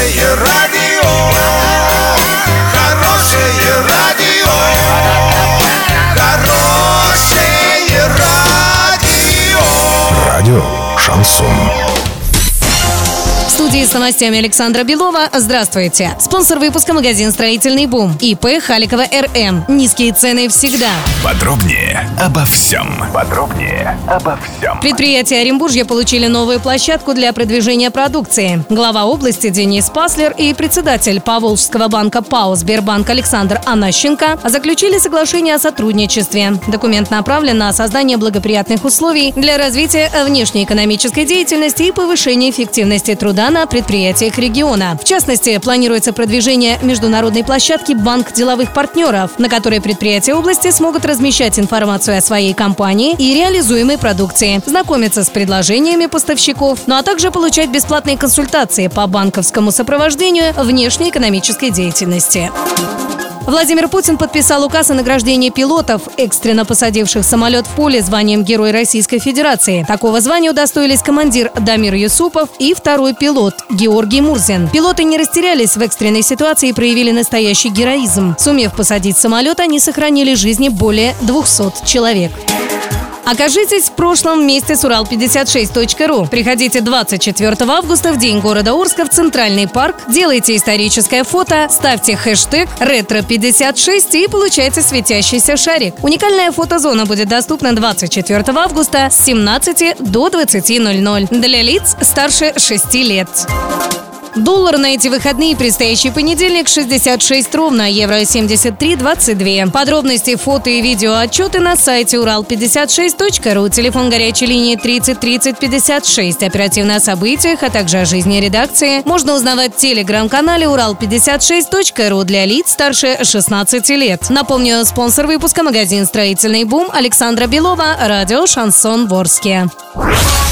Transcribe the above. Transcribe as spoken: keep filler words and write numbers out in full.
Хорошее радио, хорошее радио, хорошее радио. Радио «Шансон». В студии с новостями Александра Белова. Здравствуйте. Спонсор выпуска — магазин «Строительный бум». ИП Халикова РМ. Низкие цены всегда. Подробнее обо всем. Подробнее обо всем. Предприятия Оренбуржья получили новую площадку для продвижения продукции. Глава области Денис Паслер и председатель Поволжского банка ПАО «Сбербанк» Александр Анащенко заключили соглашение о сотрудничестве. Документ направлен на создание благоприятных условий для развития внешнеэкономической деятельности и повышения эффективности труда на предприятиях региона. В частности, планируется продвижение международной площадки «Банк деловых партнеров», на которой предприятия области смогут размещать информацию о своей компании и реализуемой продукции, знакомиться с предложениями поставщиков, ну а также получать бесплатные консультации по банковскому сопровождению внешнеэкономической деятельности. Владимир Путин подписал указ о награждении пилотов, экстренно посадивших самолет в поле, званием Герой Российской Федерации. Такого звания удостоились командир Дамир Юсупов и второй пилот Георгий Мурзин. Пилоты не растерялись в экстренной ситуации и проявили настоящий героизм. Сумев посадить самолет, они сохранили жизни более двухсот человек. Окажитесь в прошлом вместе с Урал пятьдесят шесть точка ру. Приходите двадцать четвёртого августа в день города Орска в Центральный парк, делайте историческое фото, ставьте хэштег ретро пятьдесят шесть и получайте светящийся шарик. Уникальная фотозона будет доступна двадцать четвёртого августа с семнадцати до двадцати ноль-ноль для лиц старше шести лет. Доллар на эти выходные, предстоящий понедельник, шестьдесят шесть ровно, евро семьдесят три двадцать два. Подробности, фото и видео отчеты на сайте урал пятьдесят шесть точка ру, телефон горячей линии тридцать тридцать пятьдесят шесть. Оперативно о событиях, а также о жизни редакции можно узнавать в телеграм-канале урал пятьдесят шесть точка ру для лиц старше шестнадцати лет. Напомню, спонсор выпуска — магазин «Строительный бум», Александра Белова, радио «Шансон» в Орске.